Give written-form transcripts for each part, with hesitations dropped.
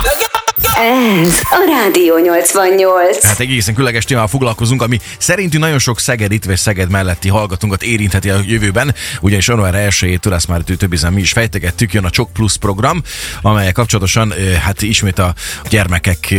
Ez a Rádió 88. Hát egészen különleges témával foglalkozunk, ami szerintünk nagyon sok Szegedit vagy Szeged melletti hallgatónkat érintheti a jövőben, ugyanis január 1-től ezt már több ízen mi is fejtegettük, jön a Csok Plusz program, amelyek kapcsolatosan hát ismét a gyermekek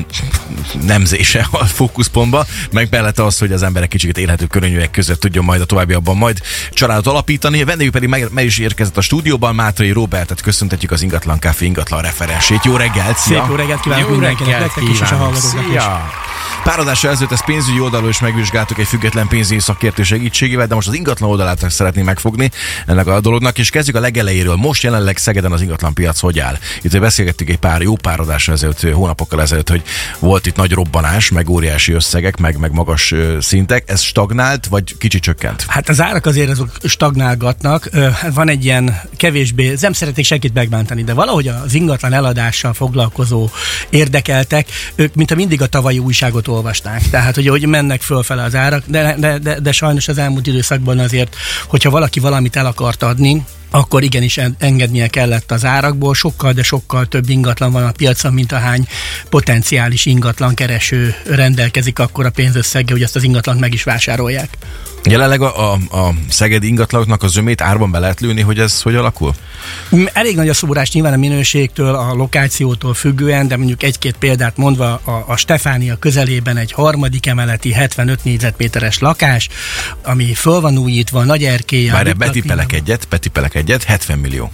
nemzése a fókuszpontba, meg mellett az, hogy az emberek kicsit élhető körülmények között tudjon majd a továbbiakban majd családot alapítani. Vendégük pedig meg is érkezett a stúdióban, Mátrai Róbertet köszöntetjük, az Ingatlan Café ingatlan referensét. Jó reggelt! Szia! Szép jó reggelt kívánok mindenkinek, nektek is, és a hallgatóknak is. Pár adással ezelőtt ezt pénzügyi oldalról is megvizsgáltuk egy független pénzügyi szakértő segítségével, de most az ingatlan oldalát szeretnénk megfogni ennek a dolognak, és kezdjük a legelejéről. Most jelenleg Szegeden az ingatlan piac hogy áll? Itt beszélgettük egy jó pár adással ezelőtt, hónapokkal ezelőtt, hogy volt itt nagy robbanás, meg óriási összegek, meg magas szintek. Ez stagnált, vagy kicsit csökkent? Hát az árak azért azok stagnálgatnak. Van egy ilyen kevésbé, nem szeretnék senkit megbántani, de valahogy az ingatlan eladással foglalkozó érdekeltek, ők mint mindig a tavalyi újságot olvasnák. Tehát, hogy mennek fölfele az árak, de sajnos az elmúlt időszakban azért, hogyha valaki valamit el akart adni, akkor igenis engednie kellett az árakból. Sokkal, de sokkal több ingatlan van a piacon, mint ahány potenciális ingatlan kereső rendelkezik akkor a pénzösszeggel, hogy ezt az ingatlant meg is vásárolják. Jelenleg a szegedi ingatlanoknak a zömét árban be lehet lőni, hogy ez hogy alakul? Elég nagy a szórás nyilván a minőségtől, a lokációtól függően, de mondjuk egy-két példát mondva, a Stefánia közelében egy harmadik emeleti 75 négyzetméteres lakás, ami föl van újítva, nagy erkélye. Bár betipelek egyet, 70 millió.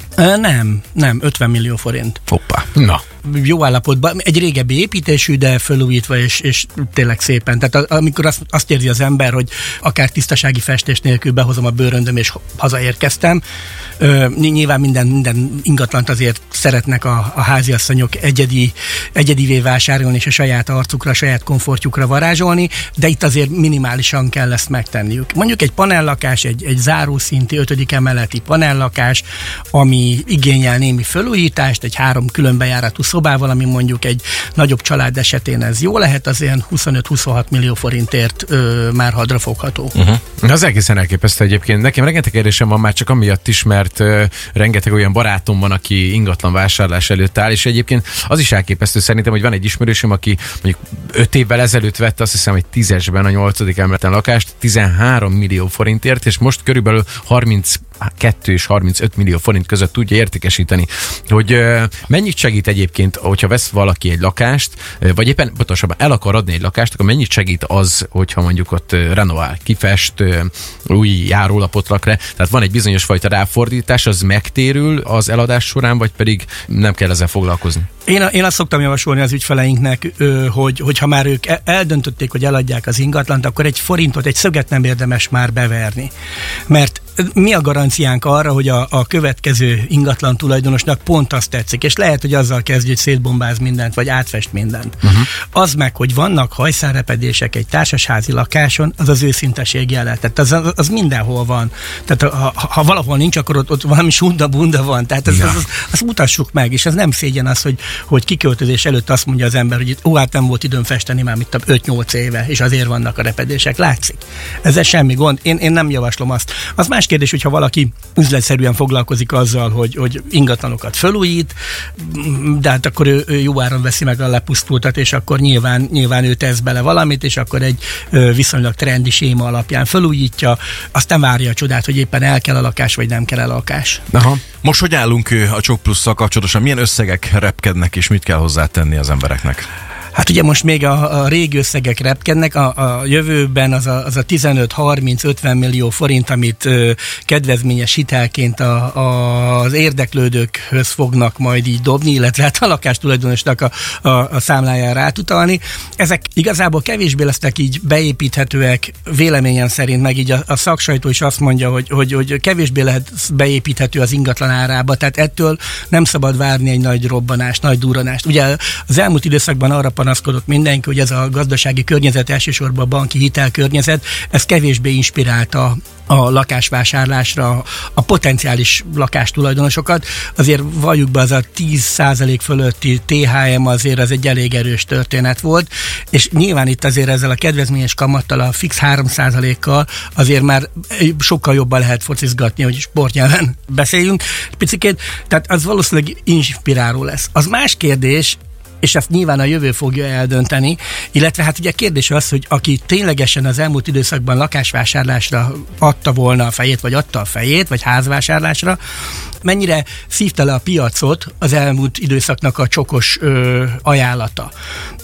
Nem, 50 millió forint. Hoppá. Na. Jó állapotban, egy régebbi építésű, de felújítva és tényleg szépen. Tehát amikor azt érzi az ember, hogy akár tisztasági festés nélkül behozom a bőröndöm és hazaérkeztem. Nyilván minden ingatlant azért szeretnek a háziasszonyok egyedivé vásárolni és a saját arcukra, a saját komfortjukra varázsolni, de itt azért minimálisan kell ezt megtenniük. Mondjuk egy panellakás, egy zárószinti 5. emeleti panellakás, ami igényel némi felújítást, egy 3 különbejáratú szobával, ami mondjuk egy nagyobb család esetén ez jó lehet, az ilyen 25-26 millió forintért már hadrafogható. Az egészen elképesztő egyébként. Nekem rengeteg kérdésem van már csak amiatt is, mert rengeteg olyan barátom van, aki ingatlan vásárlás előtt áll, és egyébként az is elképesztő szerintem, hogy van egy ismerősöm, aki mondjuk 5 évvel ezelőtt vette, azt hiszem, hogy 10-esben a 8. emeleten lakást 13 millió forintért, és most körülbelül 32 és 35 millió forint között tudja értékesíteni. Hogy mennyit segít egyébként, hogyha vesz valaki egy lakást, vagy éppen pontosabban el akar adni egy lakást, akkor mennyit segít az, hogyha mondjuk ott renovál, kifest, új járólapot rak le, tehát van egy bizonyos fajta ráfordítás, az megtérül az eladás során, vagy pedig nem kell ezzel foglalkozni? Én azt szoktam javasolni az ügyfeleinknek, hogy ha már ők eldöntötték, hogy eladják az ingatlant, akkor egy forintot, egy szöget nem érdemes már beverni. Mert mi a garanciánk arra, hogy a következő ingatlan tulajdonosnak pont azt tetszik, és lehet, hogy azzal kezd, hogy szétbombáz mindent, vagy átfest mindent. Az meg, hogy vannak hajszálrepedések egy társasházi lakáson, az az őszinteség jele. Tehát az mindenhol van. Tehát ha valahol nincs, akkor ott valami sunda-bunda van. Tehát azt mutassuk meg, és ez nem szégyen az, hogy kiköltözés előtt azt mondja az ember, hogy hát nem volt időm festeni már 5-8 éve, és azért vannak a repedések. Látszik. Ezzel semmi gond. Én nem javaslom azt. Az más kérdés, hogyha valaki üzletszerűen foglalkozik azzal, hogy ingatlanokat fölújít, de hát akkor ő jó áron veszi meg a lepusztultat, és akkor nyilván ő tesz bele valamit, és akkor egy viszonylag trendi séma alapján fölújítja, aztán várja a csodát, hogy éppen el kell a lakás, vagy nem kell a lakás. Aha. Most hogy állunk a Csok Plusszal kapcsolatosan? Milyen összegek repkednek, és mit kell hozzátenni az embereknek? Hát ugye most még a régi összegek repkednek, a jövőben az a 15-30-50 millió forint, amit kedvezményes hitelként az érdeklődőkhöz fognak majd így dobni, illetve hát a lakástulajdonosnak a számlájára átutalni. Ezek igazából kevésbé lesznek így beépíthetőek, véleményem szerint, meg így a szaksajtó is azt mondja, hogy kevésbé lehet beépíthető az ingatlan árába, tehát ettől nem szabad várni egy nagy robbanást, nagy durranást. Ugye az elmúlt időszakban arra panaszkodott mindenki, hogy ez a gazdasági környezet, elsősorban a banki hitelkörnyezet, ez kevésbé inspirálta a lakásvásárlásra a potenciális lakástulajdonosokat. Azért valljuk be, az a 10% fölötti THM azért az egy elég erős történet volt, és nyilván itt azért ezzel a kedvezményes kamattal, a fix 3%-kal azért már sokkal jobban lehet focizgatni, hogy sportnyelven beszéljünk picikét, tehát az valószínűleg inspiráló lesz. Az más kérdés, és ezt nyilván a jövő fogja eldönteni, illetve hát ugye kérdés az, hogy aki ténylegesen az elmúlt időszakban lakásvásárlásra adta volna a fejét, vagy adta a fejét, vagy házvásárlásra, mennyire szívta le a piacot az elmúlt időszaknak a csokos ajánlata.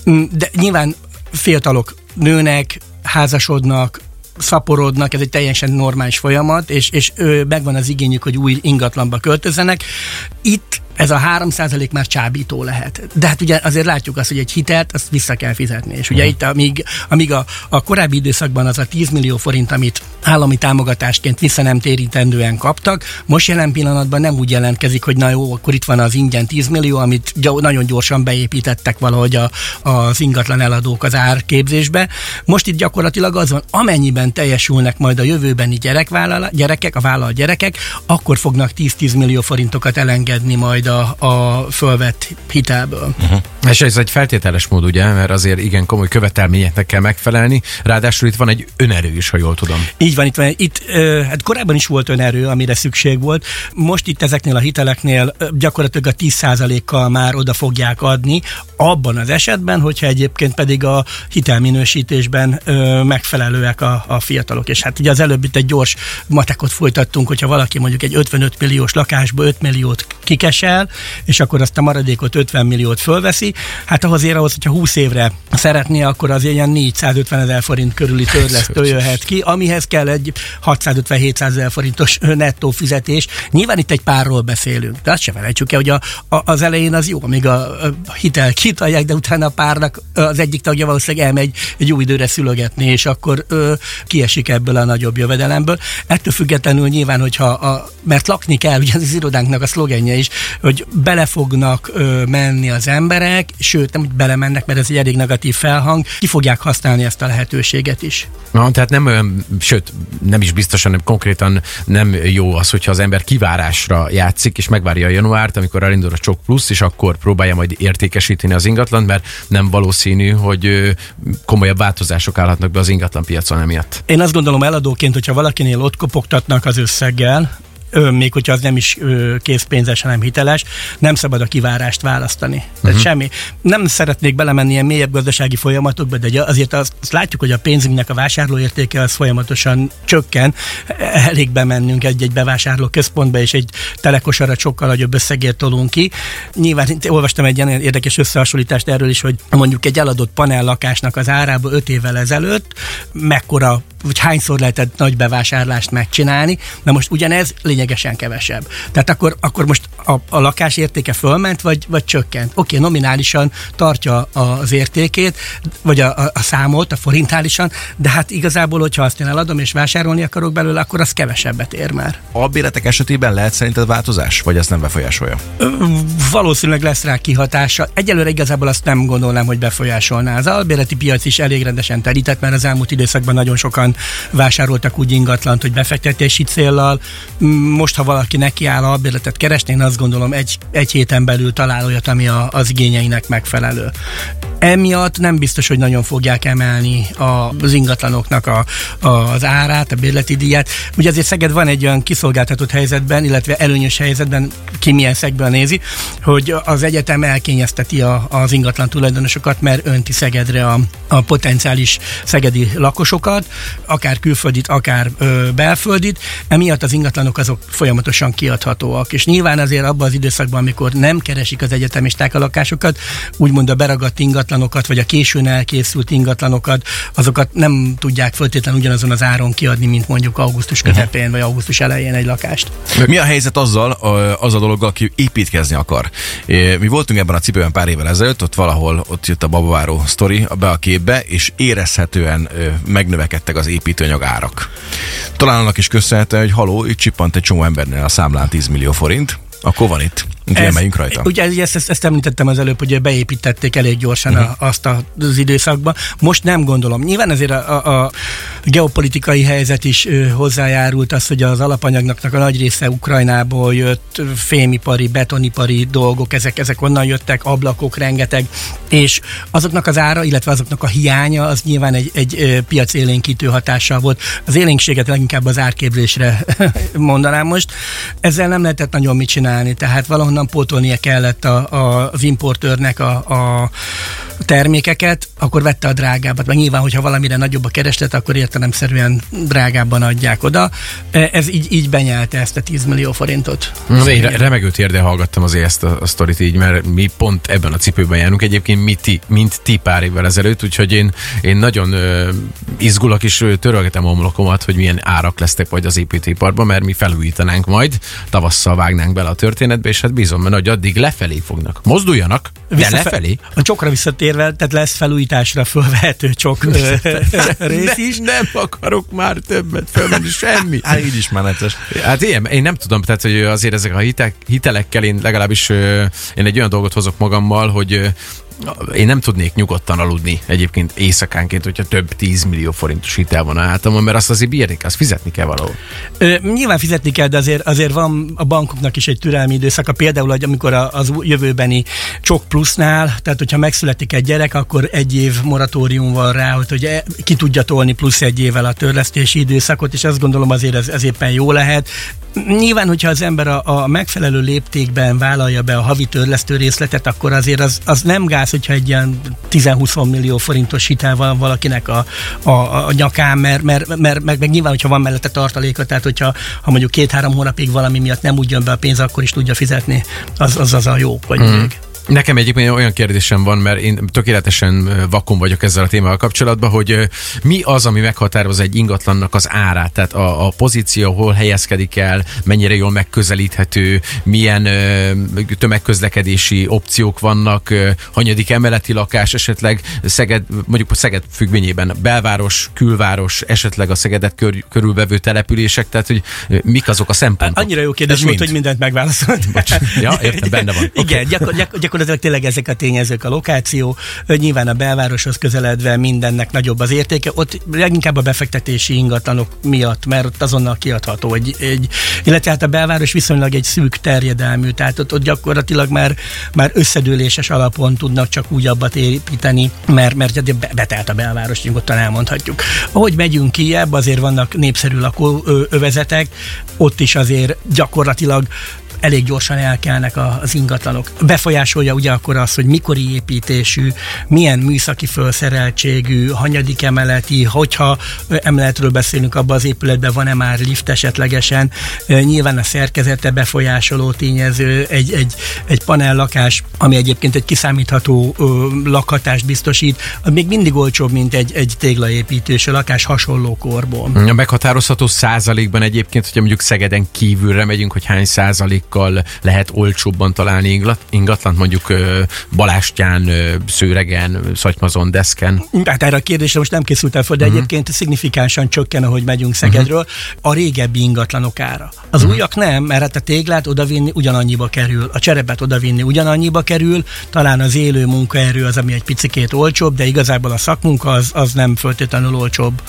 De nyilván fiatalok nőnek, házasodnak, szaporodnak, ez egy teljesen normális folyamat, és megvan az igényük, hogy új ingatlanba költözzenek. Itt ez a 3% már csábító lehet. De hát ugye azért látjuk azt, hogy egy hitelt azt vissza kell fizetni. És ugye itt, amíg a korábbi időszakban az a 10 millió forint, amit állami támogatásként vissza nem térítendően kaptak, most jelen pillanatban nem úgy jelentkezik, hogy na jó, akkor itt van az ingyen 10 millió, amit nagyon gyorsan beépítettek valahogy az ingatlan eladók az árképzésbe. Most itt gyakorlatilag az van, amennyiben teljesülnek majd a jövőbeni gyerekek, a vállalt gyerekek, akkor fognak 10-10 millió forintokat elengedni majd a fölvett hitelből. És ez egy feltételes mód, ugye, mert azért igen komoly követelményeknek kell megfelelni, ráadásul itt van egy önerő is, ha jól tudom. Így van, itt hát korábban is volt önerő, amire szükség volt. Most itt ezeknél a hiteleknél gyakorlatilag a 10%-kal már oda fogják adni, abban az esetben, hogyha egyébként pedig a hitelminősítésben megfelelőek a fiatalok. És hát ugye az előbb itt egy gyors matekot folytattunk, hogyha valaki mondjuk egy 55 milliós lakásba 5 milliót kikesel, és akkor azt a maradékot 50 milliót fölveszi, hát ahhoz, hogyha 20 évre szeretné, akkor az ilyen 450 000 forint körüli törlesztő jöhet ki, amihez kell egy 650-700 000 forintos nettó fizetés. Nyilván itt egy párról beszélünk, de azt se felejtsük el, hogy az elején az jó, amíg a hitel kitalják, de utána a párnak az egyik tagja valószínűleg elmegy egy jó időre szülögetni, és akkor kiesik ebből a nagyobb jövedelemből. Ettől függetlenül nyilván, mert lakni kell, ugye az irodánknak a szlogenje is, hogy bele fognak menni az emberek, sőt, nem úgy belemennek, mert ez egy elég negatív felhang, ki fogják használni ezt a lehetőséget is. Na, tehát nem olyan, sőt, nem is biztosan, nem konkrétan nem jó az, hogyha az ember kivárásra játszik, és megvárja a januárt, amikor elindul a Csok Plusz, és akkor próbálja majd értékesíteni az ingatlant, mert nem valószínű, hogy komolyabb változások állhatnak be az ingatlan piacon emiatt. Én azt gondolom eladóként, hogyha valakinél ott kopogtatnak az összeggel, még hogyha az nem is készpénzes, hanem hiteles, nem szabad a kivárást választani. Tehát semmi. Nem szeretnék belemenni ilyen mélyebb gazdasági folyamatokba, de azért azt látjuk, hogy a pénzünknek a vásárlóértéke az folyamatosan csökken. Elég bemennünk egy bevásárló központba, és egy telekosarat sokkal nagyobb összegért tolunk ki. Nyilván olvastam egy ilyen érdekes összehasonlítást erről is, hogy mondjuk egy eladott panellakásnak az árába 5 évvel ezelőtt mekkora, vagy hányszor lehetett nagy bevásárlást megcsinálni, na most ugyanez lényegesen kevesebb. Tehát akkor most a lakás értéke fölment, vagy csökkent? Oké, nominálisan tartja az értékét, vagy a számot, a forintálisan, de hát igazából, hogyha azt én eladom és vásárolni akarok belőle, akkor az kevesebbet ér már. A béletek esetében lehet szerinted változás, vagy ezt nem befolyásolja? Valószínűleg lesz rá kihatása. Egyelőre igazából azt nem gondolnám, hogy befolyásolná. Az albérleti piac is elég rendesen terített, mert az elmúlt időszakban nagyon sokan vásároltak úgy ingatlant, hogy befektetési céllal. Most, ha valaki nekiáll albérletet keresni, én azt gondolom egy héten belül talál olyat, ami az igényeinek megfelelő. Emiatt nem biztos, hogy nagyon fogják emelni az ingatlanoknak az árát, a bérleti díját. Ugye azért Szeged van egy olyan kiszolgáltatott helyzetben, illetve előnyös helyzetben, ki milyen szegből nézi, hogy az egyetem elkényezteti az ingatlan tulajdonosokat, mert önti Szegedre a potenciális szegedi lakosokat, akár külföldit, akár belföldit. Emiatt az ingatlanok azok folyamatosan kiadhatóak. És nyilván azért abban az időszakban, amikor nem keresik az egyetemisták a lakásokat, úgymond a beragadt ingatlanokat, vagy a későn elkészült ingatlanokat, azokat nem tudják feltétlenül ugyanazon az áron kiadni, mint mondjuk augusztus közepén, vagy augusztus elején egy lakást. Mi a helyzet az a dologgal, aki építkezni akar? Mi voltunk ebben a cipőben pár évvel ezelőtt, ott valahol ott jött a babaváró sztori be a képbe, és érezhetően megnövekedtek az építőanyag árak. Talán annak is köszönhető, hogy haló, itt csippant egy csomó embernél a számlán 10 millió forint, akkor van itt. Úgyhogy emeljünk rajta. Ugye ezt említettem az előbb, hogy beépítették elég gyorsan azt az időszakban. Most nem gondolom. Nyilván azért a geopolitikai helyzet is hozzájárult az, hogy az alapanyagnak a nagy része Ukrajnából jött, fémipari, betonipari dolgok, ezek onnan jöttek, ablakok rengeteg, és azoknak az ára, illetve azoknak a hiánya, az nyilván egy piacélénkítő hatással volt. Az élénkséget leginkább az árképzésre mondanám most. Ezzel nem lehetett nagyon mit csinálni, tehát valahonnan valahonnan pótolnia kellett az importőrnek a termékeket, akkor vette a drágábbat. Meg nyilván, hogyha valamire nagyobb a kereslet, akkor értelemszerűen drágábban adják oda. Ez így benyelte ezt a 10 millió forintot. Én remegő térdel hallgattam azért ezt a sztorit így, mert mi pont ebben a cipőben járunk egyébként, mint ti pár évvel ezelőtt, úgyhogy én nagyon izgulok és törölgetem a homlokomat, hogy milyen árak lesznek majd az építőiparban, mert mi felújítanánk majd, tavasszal vágnánk bele a történetbe, és hát bízom, mert hogy addig lefelé fognak. Mozduljanak, de lefelé. A csokra visszatérve, tehát lesz felújításra fölvehető csok rész is. Nem akarok már többet fölmenni, semmi. Hát így is menetes. Hát én nem tudom, tehát hogy azért ezek a hitelekkel én legalábbis én egy olyan dolgot hozok magammal, hogy én nem tudnék nyugodtan aludni egyébként éjszakánként, hogyha több 10 millió forintos hitel van a hátamon, mert azt azért bírni kell, azt fizetni kell valahol. Nyilván fizetni kell, de azért van a bankoknak is egy türelmi időszaka. Például, hogy amikor az jövőbeni Csok Plusznál, tehát hogyha megszületik egy gyerek, akkor 1 év moratórium van rá, hogy ki tudja tolni plusz 1 évvel a törlesztési időszakot, és azt gondolom azért ez éppen jó lehet. Nyilván, hogyha az ember a megfelelő léptékben vállalja be a havi törlesztő részletet, akkor azért az nem gáz, hogyha egy ilyen 10-20 millió forintos hitel van valakinek a nyakán, mert meg nyilván, hogyha van mellette tartaléka, tehát hogyha mondjuk 2-3 hónapig valami miatt nem úgy jön be a pénz, akkor is tudja fizetni, az a jó, vagy még. Nekem egyébként olyan kérdésem van, mert én tökéletesen vakon vagyok ezzel a témával kapcsolatban, hogy mi az, ami meghatároz egy ingatlannak az árát, tehát a pozíció, hol helyezkedik el, mennyire jól megközelíthető, milyen tömegközlekedési opciók vannak, hanyadik emeleti lakás, esetleg Szeged, mondjuk a Szeged függvényében belváros, külváros, esetleg a Szegedet körülvevő települések, tehát hogy mik azok a szempontok. Annyira jó kérdés volt, hogy mindent megválaszolt. Ja, értem, benne van. Igen, gyakorlatilag tényleg ezek a tényezők, a lokáció, nyilván a belvároshoz közeledve mindennek nagyobb az értéke, ott leginkább a befektetési ingatlanok miatt, mert ott azonnal kiadható illetve hát a belváros viszonylag egy szűk terjedelmű, tehát ott gyakorlatilag már összedőléses alapon tudnak csak újabbat építeni, mert betelt a belváros, nyugodtan elmondhatjuk. Ahogy megyünk kijebb, azért vannak népszerű lakóövezetek, ott is azért gyakorlatilag elég gyorsan elkelnek az ingatlanok. Befolyásolja ugye akkor az, hogy mikori építésű, milyen műszaki felszereltségű, hanyadik emeleti, hogyha emeletről beszélünk, abban az épületben van-e már lift esetlegesen, nyilván a szerkezete befolyásoló tényező, egy panellakás, ami egyébként egy kiszámítható lakhatást biztosít, még mindig olcsóbb, mint egy téglaépítős lakás hasonló korból. Meghatározható százalékban egyébként, hogyha mondjuk Szegeden kívülre megyünk, hogy hány százalékkal lehet olcsóbban találni ingatlant, mondjuk Balástyán, Szőregen, Szatymazon, Deszken? Tehát erre a kérdésre most nem készültem fel, de egyébként szignifikánsan csökken, ahogy megyünk Szegedről, a régebbi ingatlanok ára. Az újak nem, mert hát a téglát odavinni ugyanannyiba kerül, a cserepet odavinni ugyanannyiba kerül, talán az élő munkaerő az, ami egy picikét olcsóbb, de igazából a szakmunka az nem feltétlenül olcsóbb,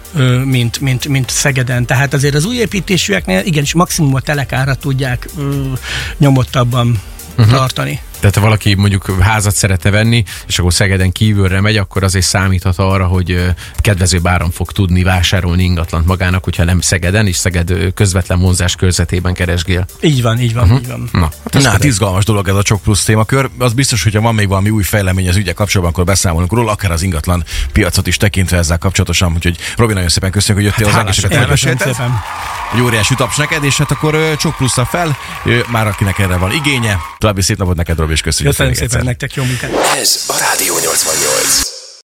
mint Szegeden. Tehát azért az új építésűeknél igenis maximum a telekárat tudják nyomottabban tartani. Tehát ha valaki mondjuk házat szeretne venni, és akkor Szegeden kívülre megy, akkor azért számíthat arra, hogy kedvezőbb áron fog tudni vásárolni ingatlant magának, hogyha nem Szegeden, és Szeged közvetlen vonzás körzetében keresgél. Így van. Így van. Hát izgalmas dolog ez a Csok Plusz témakör. Az biztos, hogyha van még valami új fejlemény az ügyek kapcsolatban, akkor beszámolunk róla, akár az ingatlan piacot is tekintve ezzel kapcsolatosan. Úgyhogy Robi, nagyon szépen köszönjük, hogy jöttél hozzánk, és elmesélted. Egy óriási taps neked, és hát akkor Csok Pluszra fel, már akinek erre van igénye. További szép napot neked, Robi, és köszönjük. Köszönöm szépen nektek, jó munkát. Ez a Rádió 88.